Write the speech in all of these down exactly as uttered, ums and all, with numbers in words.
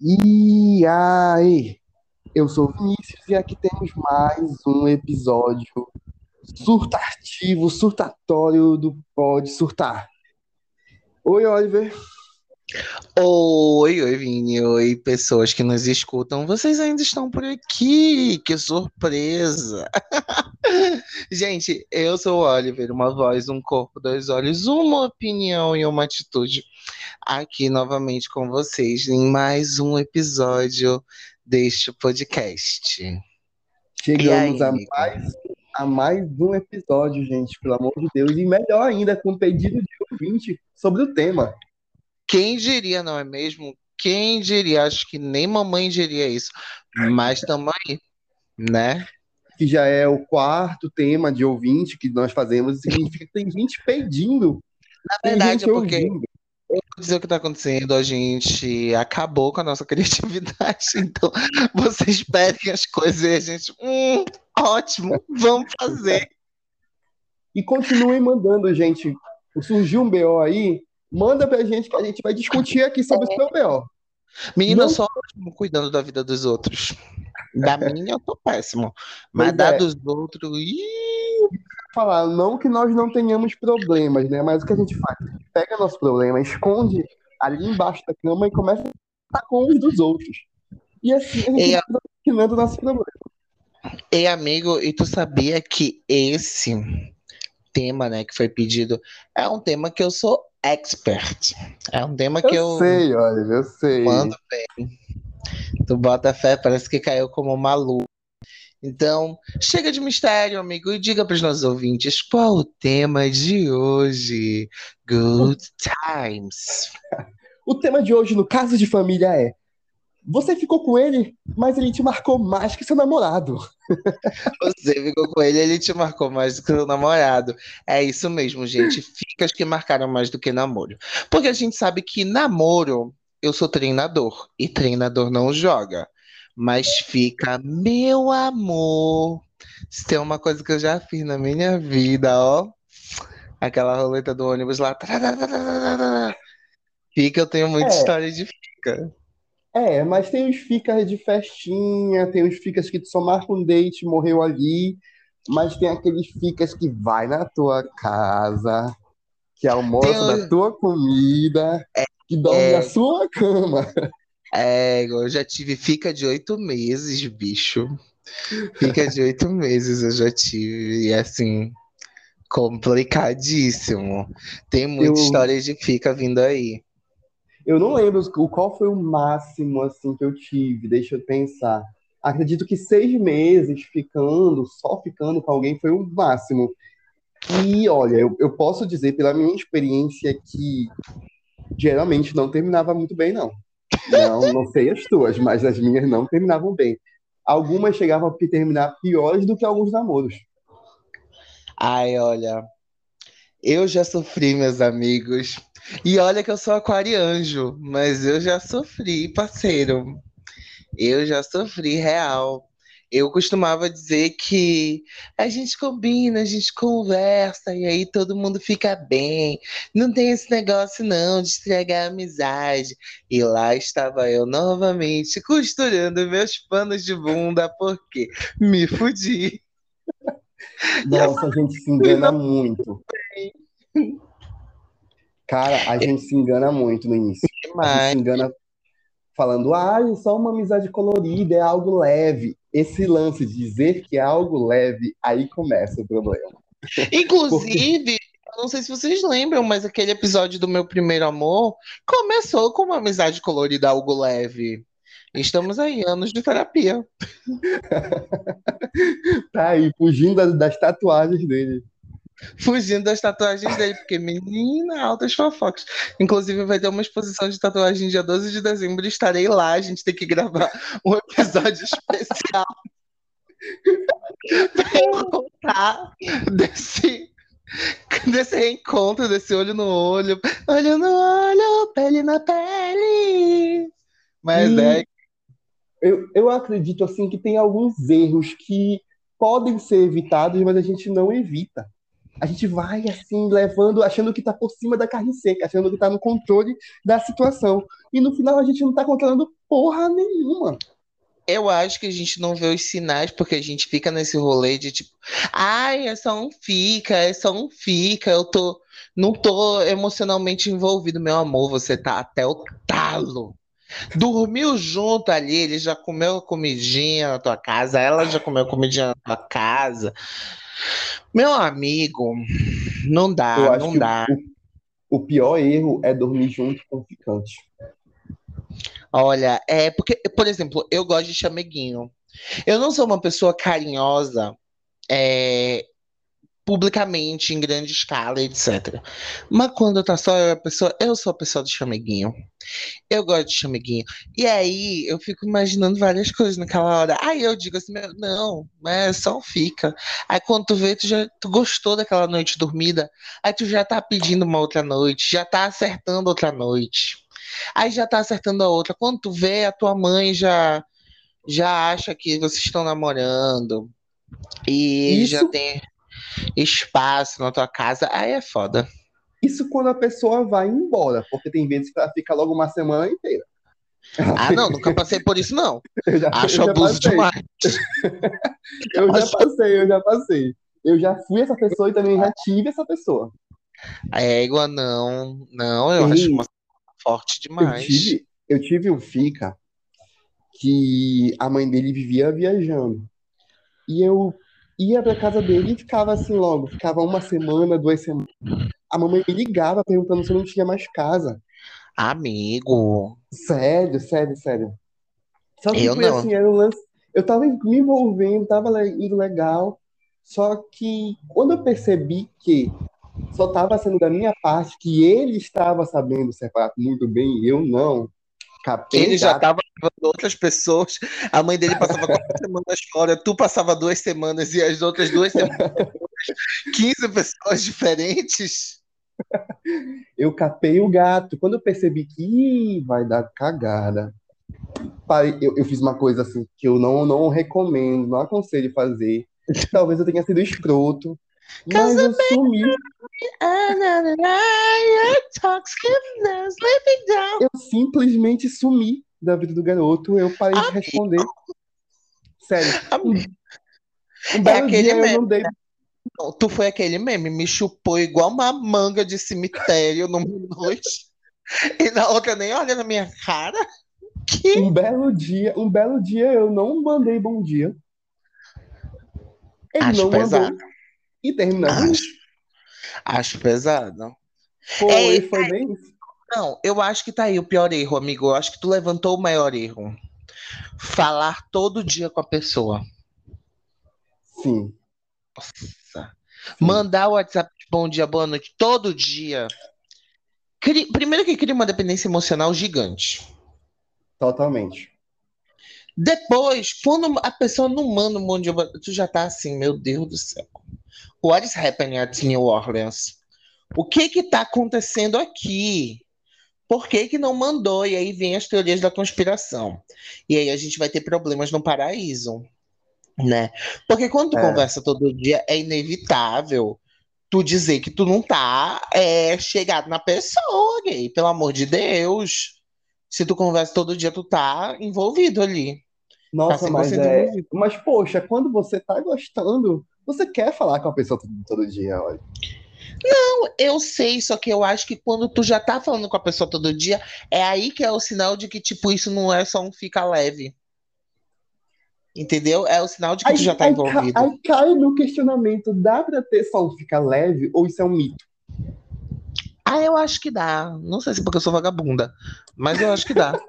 E aí, eu sou o Vinícius e aqui temos mais um episódio surtativo, surtatório do Pode Surtar. Oi, Oliver. Oi, oi, Vini, oi, pessoas que nos escutam. Vocês ainda estão por aqui? Que surpresa! Gente, eu sou o Oliver, uma voz, um corpo, dois olhos, uma opinião e uma atitude. Aqui novamente com vocês em mais um episódio deste podcast. E Chegamos aí, a amigo? mais, a mais um episódio, gente, pelo amor de Deus. E melhor ainda, com pedido de ouvinte sobre o tema, Quem diria, não é mesmo? Quem diria? Acho que nem mamãe diria isso. Mas tamo aí, né? que já é o quarto tema de ouvinte que nós fazemos, significa que tem gente pedindo, Na tem verdade, é gente porque ouvindo. Vou dizer o que está acontecendo, a gente acabou com a nossa criatividade, então vocês esperem as coisas e a gente, hum, ótimo, vamos fazer. E continuem mandando, gente. Surgiu um B O aí, manda pra gente que a gente vai discutir aqui sobre o seu B O. Menina, eu Não, sou ótimo cuidando da vida dos outros. Da minha eu tô péssimo, mas pois da é, dos outros, ih, falar, não que nós não tenhamos problemas, né? Mas o que a gente faz? A gente pega nosso problema, esconde ali embaixo da cama e começa a falar com os dos outros. E assim a gente ei, vai dominando o nosso problema. ei, amigo, e tu sabia que esse tema, né, que foi pedido, é um tema que eu sou expert, é um tema que Eu eu sei, olha, eu mando sei. bem. Tu bota fé, parece que caiu como uma luva. Então, chega de mistério, amigo, e diga para os nossos ouvintes qual o tema de hoje. O, Good times. o tema de hoje, no caso de família, é: você ficou com ele, mas ele te marcou mais que seu namorado. Você ficou com ele, ele te marcou mais do que o namorado. É isso mesmo, gente. Ficas que marcaram mais do que namoro. Porque a gente sabe que namoro, eu sou treinador, e treinador não joga. Mas fica, meu amor. Se tem uma coisa que eu já fiz na minha vida, ó. Aquela roleta do ônibus lá. Fica, eu tenho muita É, história de fica. é, mas tem os ficas de festinha, tem os ficas que tu só marca um date, morreu ali, mas tem aqueles ficas que vai na tua casa, que Tem, almoça da o- tua comida, que dorme na é, sua cama. é, eu já tive fica de oito meses, bicho. Fica de oito meses eu já tive, e assim, complicadíssimo. Tem muita Eu, história de fica vindo aí. eu não lembro o- qual foi o máximo assim que eu tive, deixa eu pensar. Acredito que seis meses ficando, só ficando com alguém foi o máximo. E olha, eu, eu posso dizer pela minha experiência que geralmente não terminava muito bem, não. Não, não sei as tuas, mas as minhas não terminavam bem. Algumas chegavam a terminar piores do que alguns namoros. Ai, olha, eu já sofri, meus amigos. E olha que eu sou aquarianjo, mas eu já sofri, parceiro. Eu já sofri real. Eu costumava dizer que a gente combina, a gente conversa e aí todo mundo fica bem. Não tem esse negócio não de estragar a amizade. E lá estava eu novamente costurando meus panos de bunda porque me fudi. E eu Nossa, a gente se falei, engana não muito. tem Cara, a gente se engana muito no início. A gente se mais. engana falando, ah, é só uma amizade colorida, é algo leve. Esse lance de dizer que é algo leve, aí começa o problema. Porque Inclusive, eu não sei se vocês lembram, mas aquele episódio do meu primeiro amor começou com uma amizade colorida, algo leve. Estamos aí, anos de terapia. tá aí, fugindo das, das tatuagens dele. Fugindo das tatuagens dele, porque menina, altas fofocas. Inclusive, vai ter uma exposição de tatuagem dia doze de dezembro. Estarei lá. A gente tem que gravar um episódio especial para contar desse, desse reencontro, desse olho no olho, olho no olho, pele na pele. Mas é, E eu, eu acredito assim que tem alguns erros que podem ser evitados, mas a gente não evita. A gente vai assim, levando, achando que está por cima da carne seca, achando que está no controle da situação. E no final a gente não está controlando porra nenhuma. Eu acho que a gente não vê os sinais porque a gente fica nesse rolê de tipo, ai, é só um fica, é só um fica, eu tô, não tô emocionalmente envolvido, meu amor, você tá até o talo. Dormiu junto ali, ele já comeu comidinha na tua casa, ela já comeu comidinha na tua casa. Meu amigo, não Eu dá, acho não que o, dá. o, o pior erro é dormir junto com o ficante. Olha, é porque, por exemplo, eu gosto de chameguinho. Eu não sou uma pessoa carinhosa, é, publicamente, em grande escala, etcétera. Mas quando tá só eu e a pessoa, eu sou a pessoa do chameguinho. Eu gosto de chameguinho. E aí eu fico imaginando várias coisas naquela hora. Aí eu digo assim, meu, não, é só um fica. Aí quando tu vê, tu já tu gostou daquela noite dormida, aí tu já tá pedindo uma outra noite, já tá acertando outra noite. Aí já tá acertando a outra. Quando tu vê, a tua mãe já já acha que vocês estão namorando e já Isso, tem espaço na tua casa. Aí é foda. isso quando a pessoa vai embora, porque tem vezes que ela fica logo uma semana inteira. Ela Ah, não, fica- nunca passei por isso, não. Eu já, eu Acho já abuso passei, demais. eu já Acho... passei, eu já passei. Eu já fui essa pessoa e também já tive essa pessoa. A égua, não, não, eu acho E uma forte eu demais. tive, eu tive um fica que a mãe dele vivia viajando. E eu ia pra casa dele e ficava assim logo, ficava uma semana, duas semanas. A mamãe me ligava perguntando se eu não tinha mais casa. Amigo, Sério, sério, sério. Só que eu foi não. assim, era um lance. Eu tava me envolvendo, tava le- indo legal. Só que quando eu percebi que só tava sendo da minha parte, que ele estava sabendo separar muito bem e eu não, capei o Ele já gato. estava levando outras pessoas, a mãe dele passava quatro semanas fora, tu passava duas semanas e as outras duas semanas, quinze pessoas diferentes. Eu capei o gato. Quando eu percebi que "Ih, vai dar cagada", parei- eu, eu fiz uma coisa assim que eu não, não recomendo, não aconselho fazer. Talvez eu tenha sido escroto, mas eu Casamento, sumi. ah, na, na, na, intoxicating, sleeping down. Eu simplesmente sumi da vida do garoto. Eu parei de Amigo, responder. Sério. Um, um é belo aquele dia eu meme. não dei. Tu foi aquele meme, me chupou igual uma manga de cemitério numa noite e na outra nem olha na minha cara. Um Que belo dia, um belo dia eu não mandei bom dia. Ele acho não pesado, mandou e terminamos acho, juntos. acho pesado. Foi, É, foi bem isso. não, eu acho que tá aí o pior erro, amigo. Eu acho que tu levantou o maior erro. Falar todo dia com a pessoa. Sim, Nossa. sim, Mandar o WhatsApp de bom dia, boa noite todo dia. Cri- Primeiro que cria uma dependência emocional gigante. totalmente. Depois, quando a pessoa não manda um bom dia, boa noite, tu já tá assim, meu Deus do céu. What is happening at New Orleans? O que que tá acontecendo aqui? Por que que não mandou? E aí vem as teorias da conspiração. E aí a gente vai ter problemas no paraíso, né? Porque quando tu É. conversa todo dia, é inevitável tu dizer que tu não tá é, chegado na pessoa, gay. Pelo amor de Deus. Se tu conversa todo dia, tu tá envolvido ali. Tá Nossa, cem por mas cento é. envolvido. Mas, poxa, quando você tá gostando, você quer falar com a pessoa todo, todo dia, olha. Eu sei, só que eu acho que quando tu já tá falando com a pessoa todo dia, é aí que é o sinal de que, tipo, isso não é só um fica leve. Entendeu? É o sinal de que tu Aí, já tá aí, ca- envolvido. aí cai no questionamento: dá pra ter só um ficar leve ou isso é um mito? Ah, eu acho que dá. Não sei se porque eu sou vagabunda, mas eu acho que dá.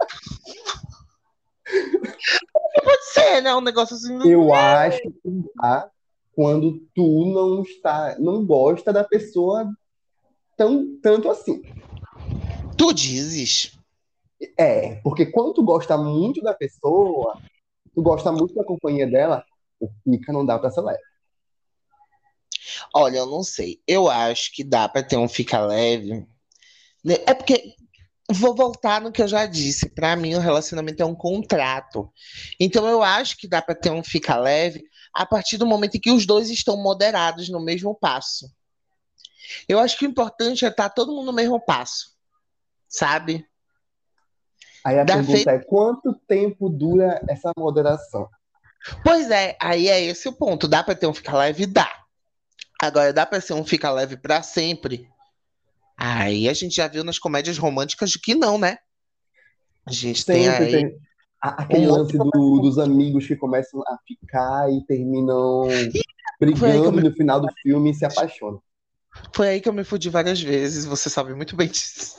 Pode ser, né? Um negócio assim. Eu acho que dá quando tu não está, não gosta da pessoa tão, tanto assim. Tu dizes. É, porque quando tu gosta muito da pessoa, tu gosta muito da companhia dela, o fica não dá pra ser leve. Olha, eu não sei. Eu acho que dá pra ter um fica leve. Né? É porque vou voltar no que eu já disse. Pra mim, o relacionamento é um contrato. Então, eu acho que dá pra ter um fica leve a partir do momento em que os dois estão moderados no mesmo passo. Eu acho que o importante é estar todo mundo no mesmo passo, sabe? Aí a Dá feito. pergunta é, quanto tempo dura essa moderação? Pois é, aí é esse o ponto. Dá pra ter um fica leve? Dá. Agora, dá pra ser um fica leve pra sempre? Aí a gente já viu nas comédias românticas que não, né? A gente tem Sempre aí tem a- um aquele monte de lance comédia do- dos romântica. amigos que começam a ficar e terminam Foi aí que eu brigando me, e no final do filme se apaixonam. foi aí que eu me fudi várias vezes, você sabe muito bem disso.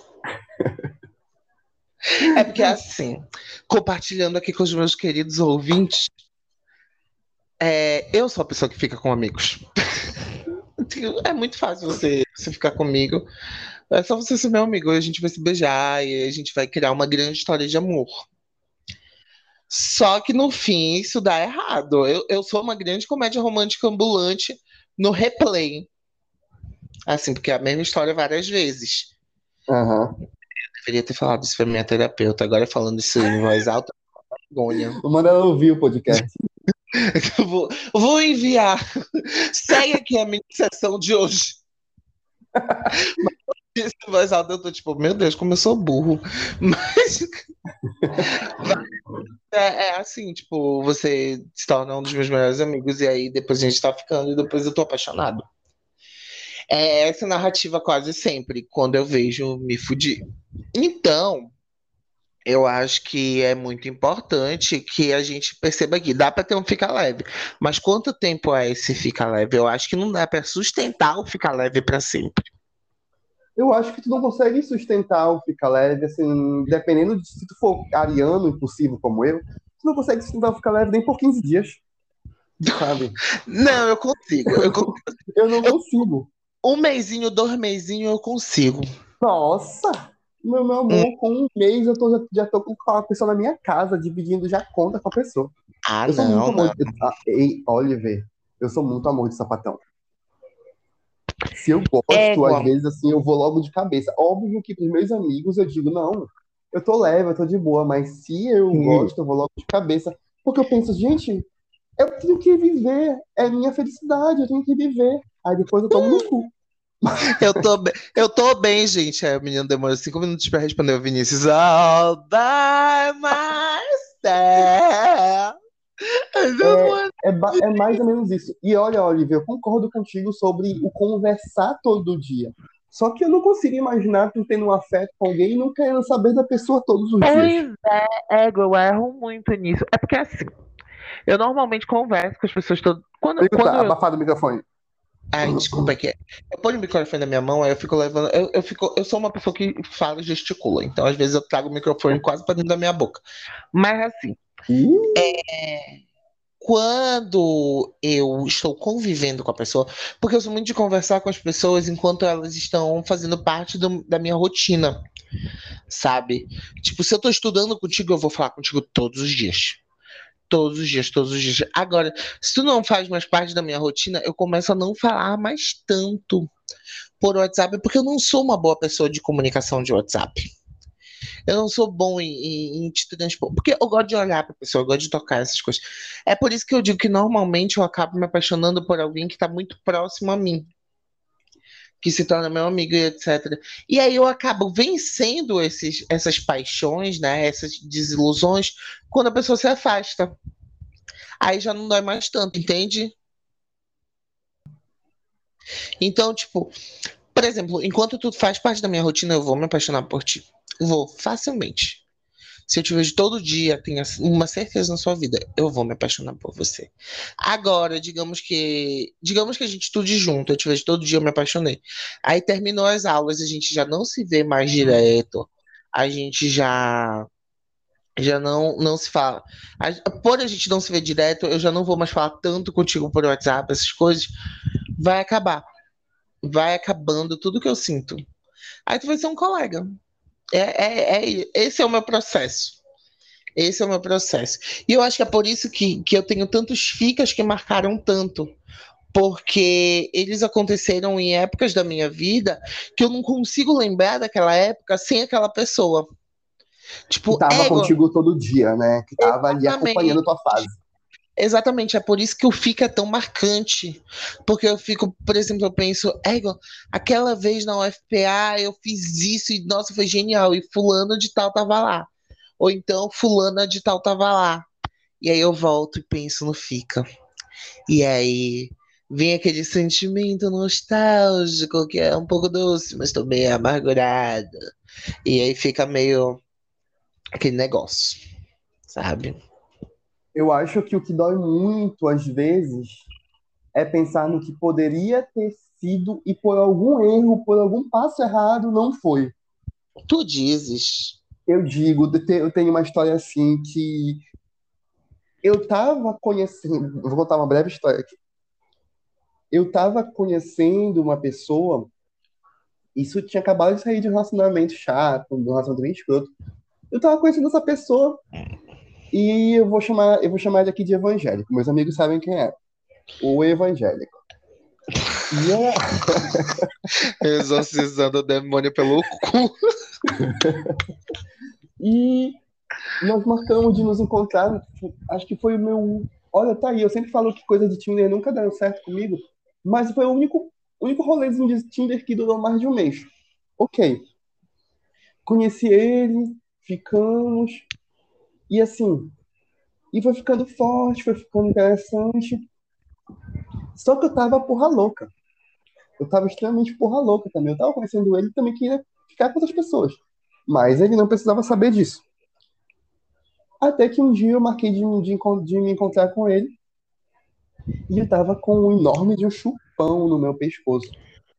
É porque assim, compartilhando aqui com os meus queridos ouvintes, é, eu sou a pessoa que fica com amigos. É muito fácil você, você ficar comigo. É só você ser meu amigo, e a gente vai se beijar e a gente vai criar uma grande história de amor. Só que no fim isso dá errado. Eu, eu sou uma grande comédia romântica ambulante no replay. Assim, porque é a mesma história várias vezes. Aham. Deveria ter falado isso pra minha terapeuta. Agora falando isso em voz alta, vergonha. Manda ela ouvir o podcast. Eu vou, vou enviar. Segue aqui a minha sessão de hoje. Isso em voz alta, eu tô tipo, meu Deus, como eu sou burro. Mas é, é assim, tipo, você se torna um dos meus melhores amigos e aí depois a gente tá ficando e depois eu tô apaixonado. É essa narrativa quase sempre, quando eu vejo me fudir. Então, eu acho que é muito importante que a gente perceba que dá para ter um fica leve, mas quanto tempo é esse fica leve? Eu acho que não dá para sustentar o fica leve para sempre. Eu acho que tu não consegue sustentar o fica leve, assim, dependendo de se tu for ariano, impulsivo como eu, tu não consegue sustentar o fica leve nem por quinze dias, sabe? Não, eu consigo. Eu, con- Eu não eu- consigo. um mesinho, dois mesinhos eu consigo. Nossa! Meu, meu Hum, amor, com um mês eu tô, já, já tô com a pessoa na minha casa, dividindo já conta com a pessoa. Ah, Eu sou muito não, amor não. de. Ah, ei, Oliver, eu sou muito amor de sapatão. Se eu gosto, às Égua. vezes, assim, eu vou logo de cabeça. Óbvio que pros meus amigos eu digo, não, eu tô leve, eu tô de boa, mas se eu Hum. gosto, eu vou logo de cabeça. Porque eu penso, gente, eu tenho que viver, é minha felicidade, eu tenho que viver. Aí depois eu tomo no cu. Eu tô bem, eu tô bem, gente. Aí o menino demora cinco minutos para responder o Vinícius. All by myself. I just É, want- é, ba- é mais ou menos isso. E olha, Oliver, eu concordo contigo sobre o conversar todo dia. Só que eu não consigo imaginar tu tendo um afeto com alguém e não querendo saber da pessoa todos os dias. Pois é, ego, eu erro muito nisso. É porque assim, eu normalmente converso com as pessoas todo. Quando, Digo, quando tá, eu. abafado o microfone. Ai, desculpa, é que eu ponho o microfone na minha mão, aí eu fico levando. Eu, eu, fico, eu sou uma pessoa que fala e gesticula, então às vezes eu trago o microfone quase pra dentro da minha boca. Mas assim, Ih, Quando eu estou convivendo com a pessoa, porque eu sou muito de conversar com as pessoas enquanto elas estão fazendo parte do- da minha rotina, sabe? Tipo, se eu tô estudando contigo, eu vou falar contigo todos os dias. Todos os dias, todos os dias. Agora, se tu não faz mais parte da minha rotina, eu começo a não falar mais tanto por WhatsApp, porque eu não sou uma boa pessoa de comunicação de WhatsApp. Eu não sou bom em, em, em te transpor. Porque eu gosto de olhar pra pessoa, eu gosto de tocar essas coisas. É por isso que eu digo que normalmente eu acabo me apaixonando por alguém que tá muito próximo a mim, que se torna meu amigo e etcétera. E aí eu acabo vencendo esses, essas paixões, né? Essas desilusões, quando a pessoa se afasta. Aí já não dói mais tanto, entende? Então, tipo, por exemplo, enquanto tu faz parte da minha rotina, eu vou me apaixonar por ti. Vou, facilmente. Se eu te vejo todo dia, tenha uma certeza na sua vida, eu vou me apaixonar por você. Agora, digamos que, digamos que a gente estude junto, eu te vejo todo dia, eu me apaixonei. Aí terminou as aulas, a gente já não se vê mais direto, a gente já já não não se fala. A- por a gente não se ver direto, eu já não vou mais falar tanto contigo por WhatsApp, essas coisas. Vai acabar. Vai acabando tudo que eu sinto. Aí tu vai ser um colega. É, é, é, esse é o meu processo. Esse é o meu processo. E eu acho que é por isso que, que eu tenho tantos ficas que marcaram tanto. Porque eles aconteceram em épocas da minha vida que eu não consigo lembrar daquela época sem aquela pessoa. que Tipo, tava ego, contigo todo dia, né? Que tava ali exatamente. acompanhando tua fase. Exatamente, é por isso que o fica tão marcante. Porque eu fico, por exemplo, eu penso, ego, aquela vez na U F P A eu fiz isso e nossa, foi genial. E fulano de tal tava lá. Ou então fulana de tal tava lá. E aí eu volto e penso no fica. E aí vem aquele sentimento nostálgico que é um pouco doce, mas também é amargurado. E aí fica meio aquele negócio, sabe? Eu acho que o que dói muito, às vezes, é pensar no que poderia ter sido e por algum erro, por algum passo errado, não foi. Tu dizes. Eu digo, de ter- eu tenho uma história assim que eu tava conhecendo, vou contar uma breve história aqui. Eu tava conhecendo uma pessoa, isso tinha acabado de sair de um relacionamento chato, de um relacionamento escroto. Eu tava conhecendo essa pessoa e eu vou chamar, eu vou chamar ele aqui de evangélico. Meus amigos sabem quem é. O evangélico. E, é- Exorcizando o demônio pelo cu. e nós marcamos de nos encontrar. Acho que foi o meu. Olha, tá aí. Eu sempre falo que coisa de Tinder nunca deram certo comigo, mas foi o único, único rolezinho de Tinder que durou mais de um mês. Ok. Conheci ele, ficamos, e assim, e foi ficando forte, foi ficando interessante. Só que eu tava porra louca. Eu tava extremamente porra louca também. Eu tava conhecendo ele e também queria ficar com outras pessoas. Mas ele não precisava saber disso. Até que um dia eu marquei de, de, encon- de me encontrar com ele e ele tava com um enorme de um chupão no meu pescoço.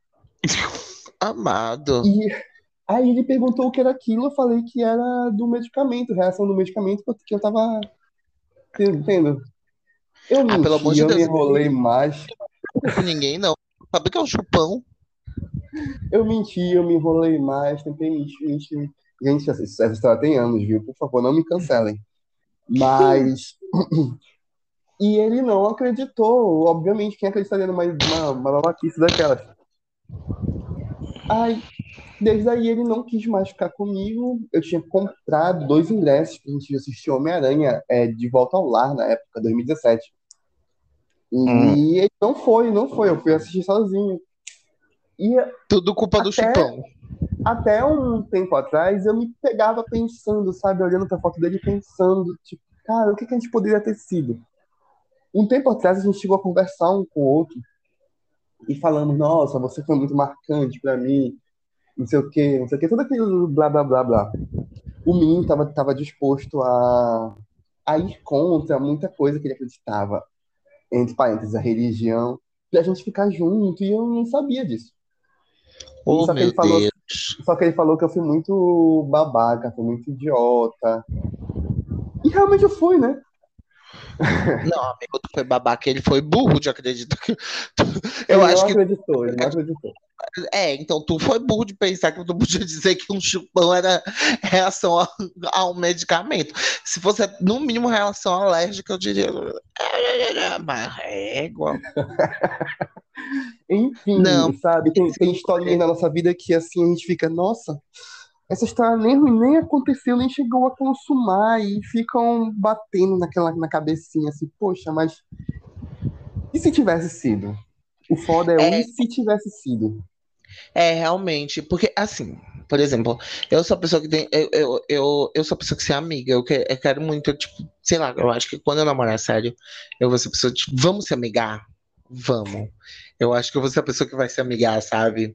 Amado. E aí ele perguntou o que era aquilo, eu falei que era do medicamento, reação do medicamento, porque eu tava entendendo. Eu Ah, pelo amor menti, de eu me Deus, eu enrolei mais. não com ninguém, não. Sabe o que é um chupão? Eu menti, eu me enrolei mais, tentei mentir, mentir. Gente, essa, essa história tem anos, viu? Por favor, não me cancelem. Mas. E ele não acreditou. Obviamente, quem acreditaria numa uma, uma babaquice daquelas? Aí, desde aí, ele não quis mais ficar comigo. Eu tinha comprado dois ingressos pra gente assistir Homem-Aranha é, de Volta ao Lar na época, dois mil e dezessete. Hum. E ele não foi, não foi. Eu fui assistir sozinho. E Tudo culpa do até chupão. Até um tempo atrás, eu me pegava pensando, sabe, olhando pra foto dele e pensando, tipo, cara, o que que a gente poderia ter sido? Um tempo atrás, a gente chegou a conversar um com o outro e falando, nossa, você foi muito marcante pra mim, não sei o quê, não sei o quê, todo aquele blá, blá, blá, blá. O menino tava, tava disposto a, a ir contra muita coisa que ele acreditava, entre parênteses, a religião, pra gente ficar junto, e eu não sabia disso. E Oh, só que meu ele falou, Deus. só que ele falou que eu fui muito babaca, fui muito idiota. E realmente eu fui, né? Não, amigo, tu foi babaca, ele foi burro de acreditar que. Eu Ele não acho que. acreditou, ele não acreditou. É, então tu foi burro de pensar que tu podia dizer que um chupão era reação a, a um medicamento. Se fosse, no mínimo, reação alérgica, eu diria. Mas é igual. Enfim, Não, sabe? Tem, tem historinhas na nossa vida que assim a gente fica, nossa, essa história nem, nem aconteceu, nem chegou a consumar, e ficam batendo naquela, na cabecinha assim, poxa, mas e se tivesse sido? O foda é o e é, se tivesse sido? é realmente, porque assim, por exemplo, eu sou a pessoa que tem, eu, eu, eu, eu sou a pessoa que se é amiga, eu, que, eu quero muito, tipo, sei lá, eu acho que quando eu namorar sério, eu vou ser a pessoa, tipo, vamos se amigar? Vamos. Eu acho que eu vou ser a pessoa que vai se amigar, sabe?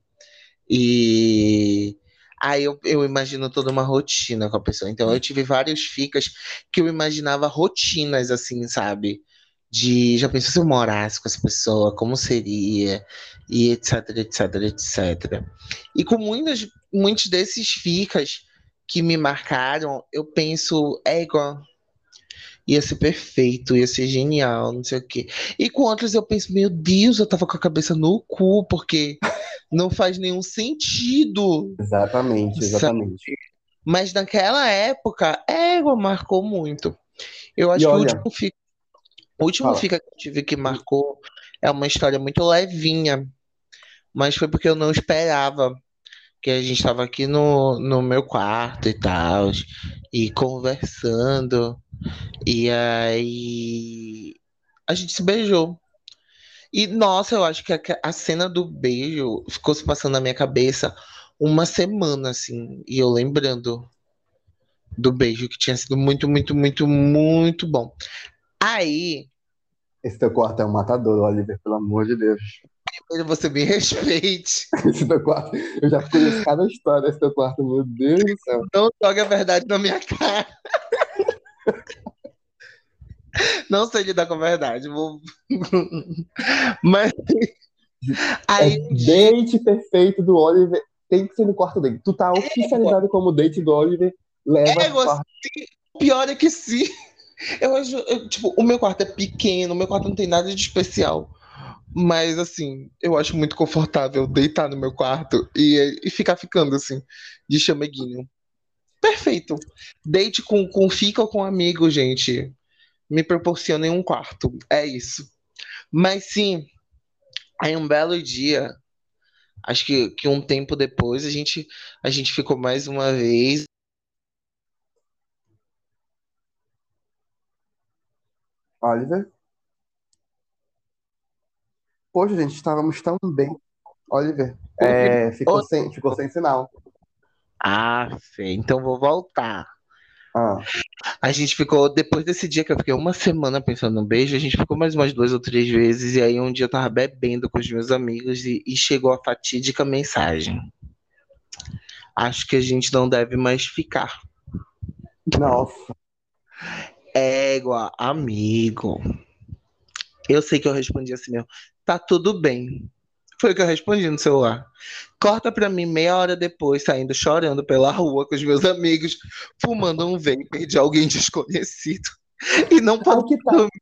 E aí eu, eu imagino toda uma rotina com a pessoa. Então eu tive vários ficas que eu imaginava rotinas, assim, sabe? De já pensou se eu morasse com essa pessoa, como seria, e etc, etc, etcétera. E com muitas, muitos desses ficas que me marcaram, eu penso, é igual, ia ser perfeito, ia ser genial, não sei o quê. E com outros eu penso, meu Deus, eu tava com a cabeça no cu, porque não faz nenhum sentido. Exatamente, Sabe? exatamente. Mas naquela época, égua marcou muito. Eu E acho que o olha, último fica, o último fala. fica que eu tive que marcou é uma história muito levinha, mas foi porque eu não esperava. Que a gente estava aqui no, no meu quarto e tal, e conversando, e aí a gente se beijou. E nossa, eu acho que a, a cena do beijo ficou se passando na minha cabeça uma semana, assim, e eu lembrando. do beijo, que tinha sido muito, muito, muito, muito bom. Aí, Esse teu quarto é um matador, Oliver, pelo amor de Deus. você me respeite. Esse teu quarto, eu já conheço cada história desse teu quarto, meu Deus do céu. Não joga a verdade na minha cara. Não sei lidar com a verdade. Vou... Mas É aí um dia. date perfeito do Oliver, tem que ser no quarto dele. Tu tá oficializado como date do Oliver, leva É, pro você... quarto. Pior é que sim. Eu acho, eu, tipo, o meu quarto é pequeno, o meu quarto não tem nada de especial. Mas, assim, eu acho muito confortável deitar no meu quarto e, e ficar ficando, assim, de chameguinho. Perfeito. Date com, com fica ou com amigo, gente. Me proporcionem um quarto. É isso. Mas, sim, aí um belo dia, acho que, que um tempo depois, a gente, a gente ficou mais uma vez. Oliver, poxa, gente, estávamos tão bem. Oliver, é, ficou sem, ficou sem sinal. Ah, Fê, então vou voltar. Ah, A gente ficou, depois desse dia que eu fiquei uma semana pensando no beijo, a gente ficou mais umas duas ou três vezes, e aí um dia eu tava bebendo com os meus amigos e, e chegou a fatídica mensagem. Acho que a gente não deve mais ficar. nossa. Égua, amigo. Eu sei que eu respondi assim mesmo. Tá tudo bem. Foi o que eu respondi no celular. Corta pra mim meia hora depois, saindo chorando pela rua com os meus amigos, fumando um vape de alguém desconhecido. E não Aí podendo que tá. dormir,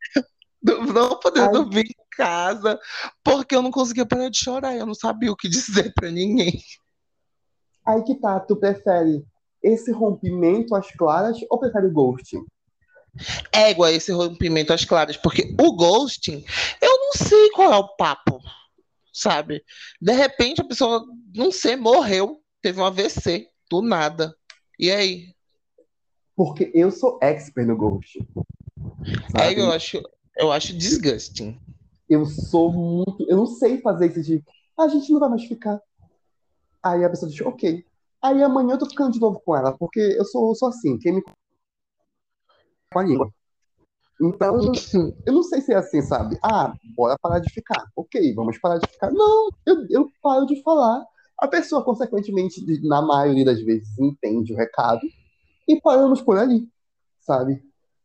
não podendo Aí, dormir em casa, porque eu não conseguia parar de chorar. Eu não sabia o que dizer pra ninguém. aí que tá. Tu prefere esse rompimento às claras ou prefere o ghosting? Égua, esse rompimento às claras, porque o ghosting, eu não sei qual é o papo, sabe? De repente a pessoa, não sei, morreu, teve um A V C, do nada. E aí? Porque eu sou expert no ghosting, É, eu sabe? acho, eu acho disgusting. Eu sou muito. Eu não sei fazer isso de. "Ah, a gente não vai mais ficar." Aí a pessoa diz, ok. Aí amanhã eu tô ficando de novo com ela, porque eu sou, eu sou assim, quem me conhece com a língua. Então, eu não sei se é assim, sabe? Ah, bora parar de ficar. Ok, vamos parar de ficar. Não, eu, eu paro de falar. A pessoa, consequentemente, de- na maioria das vezes, entende o recado e paramos por ali, sabe?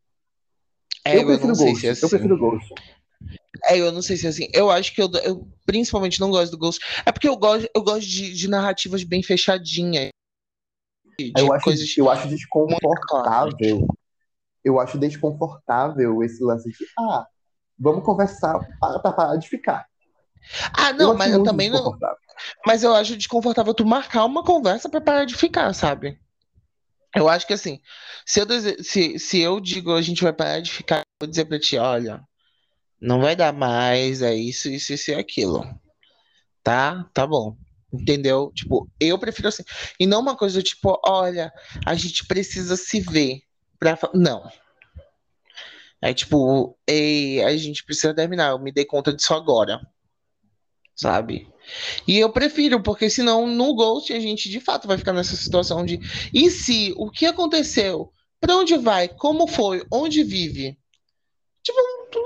É, Eu eu não prefiro sei se é Ghost, eu assim. prefiro Ghost. É, eu não sei se é assim. Eu acho que eu, eu principalmente não gosto do Ghost. É porque eu gosto, eu gosto de, de narrativas bem fechadinhas, de, Eu de acho, coisas eu acho muito claras. desconfortável, eu acho desconfortável esse lance de, ah, vamos conversar para parar de ficar. Ah, Eu não, acho mas eu muito também não. desconfortável. Mas eu acho desconfortável tu marcar uma conversa pra parar de ficar, sabe? Eu acho que assim, se eu, dese- se, se eu digo a gente vai parar de ficar, eu vou dizer pra ti, olha, não vai dar mais, é isso, isso, isso e aquilo. Tá? Tá bom. Entendeu? Tipo, eu prefiro assim. E não uma coisa do tipo, olha, a gente precisa se ver. Pra... fa-" Não. É tipo, ei, a gente precisa terminar. Eu me dei conta disso agora, sabe? E eu prefiro, porque senão no Ghost a gente de fato vai ficar nessa situação de e se? O que aconteceu? Pra onde vai? Como foi? Onde vive? Tipo,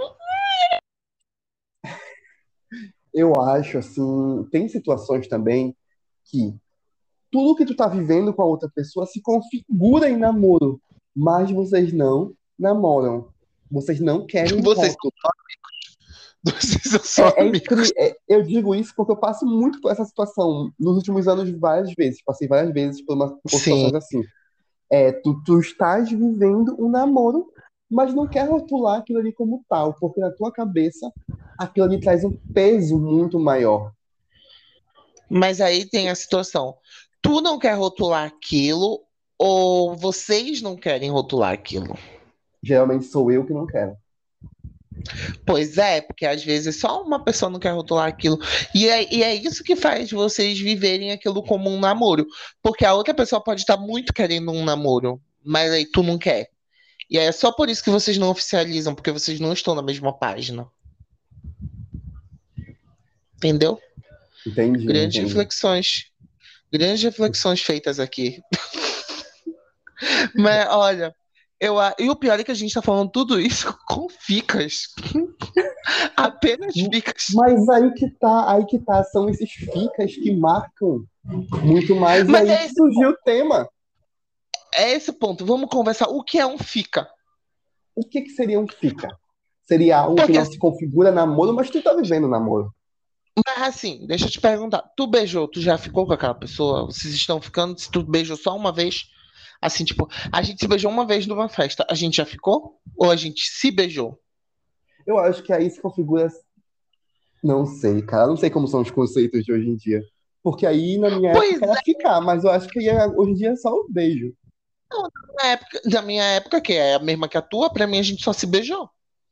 Eu acho, assim, tem situações também que tudo que tu tá vivendo com a outra pessoa se configura em namoro, mas vocês não namoram. Vocês não querem um vocês rótulo. vocês são É, é amigos. incri... é- eu digo isso porque eu passo muito por essa situação nos últimos anos várias vezes. Passei várias vezes por, uma, por Sim. situações assim. É, tu, tu estás vivendo um namoro, mas não quer rotular aquilo ali como tal, porque na tua cabeça aquilo ali traz um peso muito maior. Mas aí tem a situação. Tu não quer rotular aquilo ou vocês não querem rotular aquilo? Geralmente sou eu que não quero. Pois é, porque às vezes só uma pessoa não quer rotular aquilo. E é, e é isso que faz vocês viverem aquilo como um namoro. Porque a outra pessoa pode estar muito querendo um namoro, mas aí tu não quer. E aí é só por isso que vocês não oficializam, porque vocês não estão na mesma página. Entendeu? Entendi, Grandes entendi. reflexões. Grandes reflexões feitas aqui. Mas olha, eu, a- e o pior é que a gente tá falando tudo isso com ficas. Apenas ficas. Mas aí que tá, aí que tá, são esses ficas que marcam muito mais, e Mas aí é que esse, surgiu o tema. é esse ponto. Vamos conversar. O que é um fica? O que que seria um fica? Seria algo que Porque não se configura namoro, mas tu tá vivendo namoro. Mas assim, deixa eu te perguntar. Tu beijou, tu já ficou com aquela pessoa? Vocês estão ficando? Se tu beijou só uma vez, assim, tipo, a gente se beijou uma vez numa festa, a gente já ficou? Ou a gente se beijou? Eu acho que aí se configura. Não sei, cara. Não sei como são os conceitos de hoje em dia. Porque aí na minha Pois época era é, ficar, mas eu acho que aí, hoje em dia é só um beijo. na época, da minha época, que é a mesma que a tua, pra mim a gente só se beijou.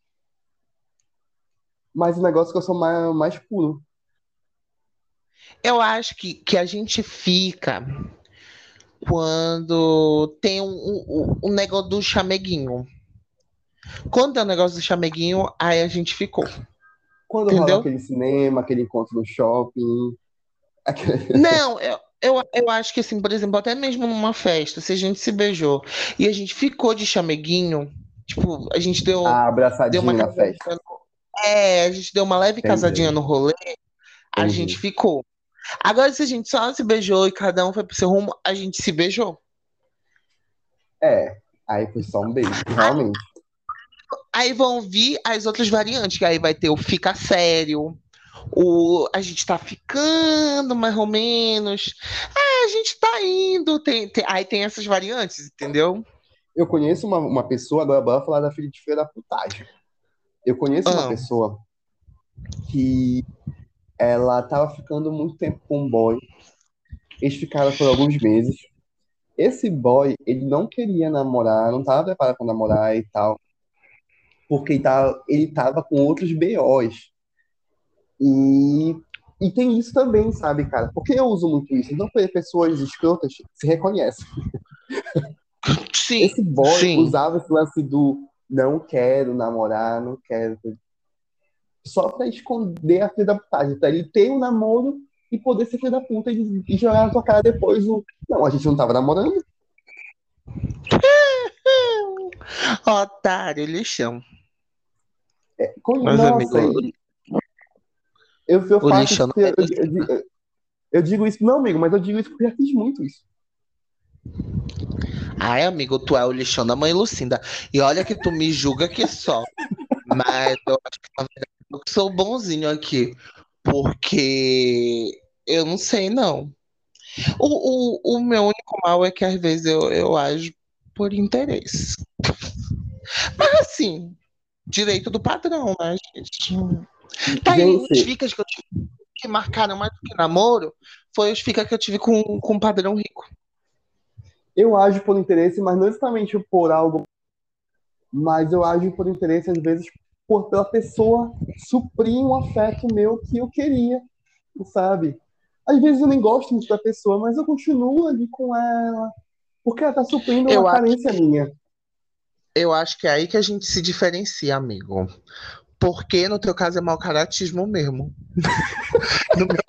Mas o negócio é que eu sou mais, mais puro. Eu acho que, que a gente fica quando tem um, um, um um negócio do chameguinho. Quando tem o negócio do chameguinho, aí a gente ficou. Quando rola Entendeu? aquele cinema, aquele encontro no shopping. aquele- Não, eu, eu, eu acho que assim, por exemplo, até mesmo numa festa, se a gente se beijou e a gente ficou de chameguinho, tipo, a gente deu, Ah, deu uma abraçadinho na casadinha, festa. é, a gente deu uma leve casadinha Entendi, no rolê, a gente entendi. ficou. Agora, se a gente só se beijou e cada um foi pro seu rumo, a gente se beijou. É, aí foi só um beijo, Aí, realmente. aí vão vir as outras variantes, que aí vai ter o fica sério, o a gente tá ficando mais ou menos, é, a gente tá indo, tem, tem- aí tem essas variantes, entendeu? Eu conheço uma, uma pessoa, agora bora falar da filha de feira da putagem. Eu conheço uma Ah, pessoa que ela tava ficando muito tempo com um boy. Eles ficaram por alguns meses. Esse boy, ele não queria namorar, não tava preparado para namorar e tal, porque ele tava, ele tava com outros B Os. E, e tem isso também, sabe, cara? Porque eu uso muito isso. Então, pessoas escrotas se reconhecem. sim, Esse boy sim. usava esse lance do não quero namorar, não quero. Só pra esconder a filha da putagem, pra ele ter um namoro e poder ser filho da puta e, e jogar na tua cara depois o. Não, a gente não tava namorando. Otário, lixão. Com- Meus Nossa, amigos, e eu, eu o faço isso lixão porque não é eu, eu, eu- eu digo isso, não, amigo, mas eu digo isso porque eu já fiz muito isso. Ai, amigo, tu é o lixão da mãe Lucinda. E olha que tu me julga que só. Mas eu acho que na verdade eu que sou bonzinho aqui. Porque eu não sei, não. O, o, o meu único mal é que às vezes eu, eu ajo por interesse. Mas assim, direito do padrão, né, gente? Tá aí, os Gente, ficas que eu tive que marcaram mais do que namoro foi os ficas que eu tive com, com um padrão rico. eu ajo por interesse, mas não exatamente por algo, mas eu ajo por interesse, às vezes, por, pela pessoa suprir um afeto meu que eu queria, sabe? Às vezes eu nem gosto muito da pessoa, mas eu continuo ali com ela, porque ela tá suprindo uma Eu acho, carência minha. eu acho que é aí que a gente se diferencia, amigo. Porque no teu caso é mau caratismo mesmo. No meu,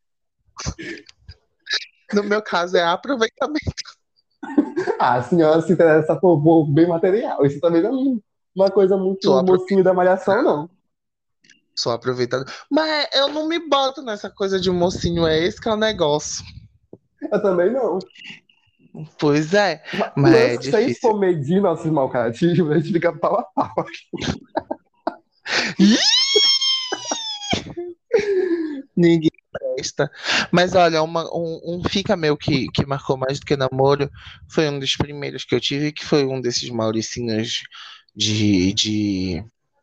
no meu caso é aproveitamento. Ah, a senhora se interessa por, por bem material. Isso também não é uma coisa Sou, muito apro- mocinho da malhação, não. sou aproveitado. Mas eu não me boto nessa coisa de mocinho, é esse que é o negócio. Eu também não. Pois é, Mas o mas é lance, se a gente difícil. for medir nossos mal caratismos, a gente fica pau a pau. Ih, ninguém presta. Mas olha, uma- um, um fica meu que, que marcou mais do que namoro foi um dos primeiros que eu tive, que foi um desses mauricinhos de, de,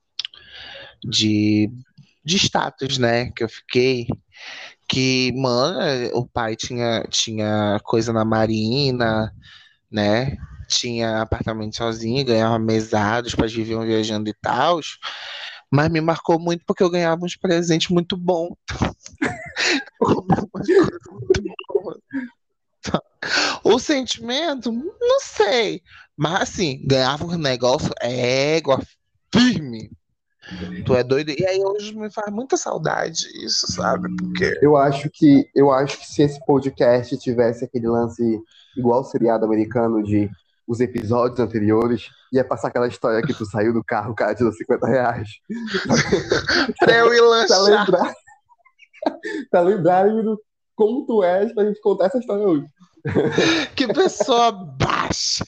de, de status, né? Que eu fiquei. Que, mano, o pai tinha, tinha coisa na Marina, né? Tinha apartamento sozinho, ganhava mesada, os pais viviam viajando e tal. Mas me marcou muito porque eu ganhava uns presentes muito bons. Umas coisas muito boas. O sentimento, não sei. Mas assim, ganhava um negócio égua, firme. Tu é doido? E aí hoje me faz muita saudade isso, sabe? Porque. Eu acho que, eu acho que se esse podcast tivesse aquele lance igual o seriado americano de os episódios anteriores, ia passar aquela história que tu saiu do carro, o cara te deu cinquenta reais. Pra eu ir Pra lanchar. lembrar, pra lembrarem do como tu és pra gente contar essa história hoje. Que pessoa baixa.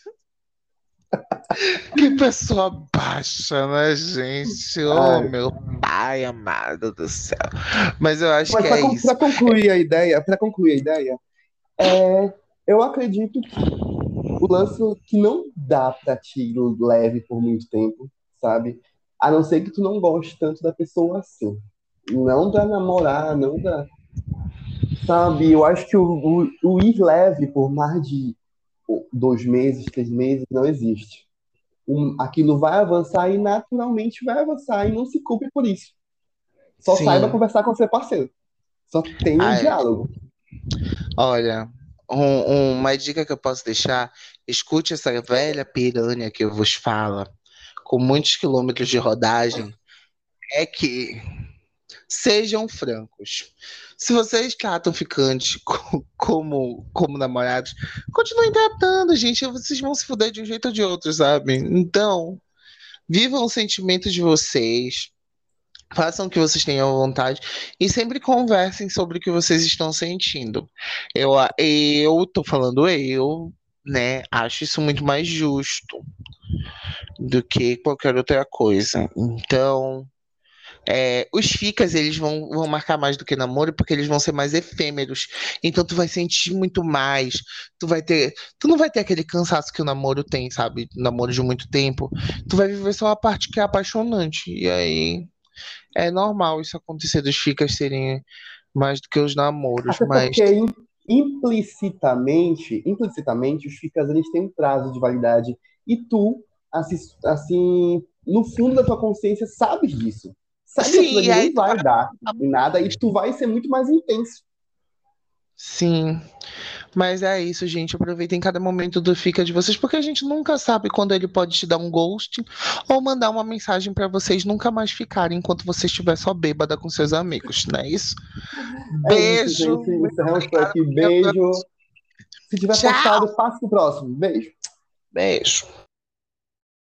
Que pessoa baixa, né, gente? Oh, Ai, meu pai amado do céu. Mas eu acho mas que pra, é con- isso. pra concluir a ideia, para concluir a ideia, é, eu acredito que o lance que não dá pra te ir leve por muito tempo, sabe? A não ser que tu não goste tanto da pessoa assim. Não pra namorar, não pra. Sabe? Eu acho que o, o, o ir leve por mais de dois meses, três meses, não existe. Um, aquilo vai avançar e naturalmente vai avançar e não se culpe por isso. Só saiba Sim. conversar com seu parceiro. Só tenha um Ai, diálogo. olha, um- um- uma dica que eu posso deixar: escute essa velha piranha que eu vos falo, com muitos quilômetros de rodagem, é que sejam francos. Se vocês tratam ficante co- como, como namorados, continuem tratando, gente. Vocês vão se fuder de um jeito ou de outro, sabe? Então, vivam o sentimento de vocês. Façam o que vocês tenham vontade e sempre conversem sobre o que vocês estão sentindo. Eu, a- eu tô falando eu, né? Acho isso muito mais justo do que qualquer outra coisa. Então, é, os ficas, eles vão, vão marcar mais do que namoro, porque eles vão ser mais efêmeros. Então tu vai sentir muito mais. Tu vai ter, tu não vai ter aquele cansaço que o namoro tem, sabe? Namoro de muito tempo. Tu vai viver só a parte que é apaixonante. E aí é normal isso acontecer dos ficas serem mais do que os namoros, Até mas porque im- implicitamente, implicitamente, os ficas eles têm um prazo de validade. E tu, assim, assim, no fundo da tua consciência, sabes disso. Sabe que aquilo sim, e ali aí não tu vai. vai dar em nada e tu vai ser muito mais intenso. Sim. Mas é isso, gente. Aproveitem cada momento do Fica de vocês, porque a gente nunca sabe quando ele pode te dar um ghost ou mandar uma mensagem pra vocês nunca mais ficarem enquanto você estiver só bêbada com seus amigos, não é isso? É isso, Beijo, gente. muito Encerramos por obrigada aqui. por me ouvir. Beijo. Se tiver Tchau, postado, passe pro próximo. Beijo. beijo.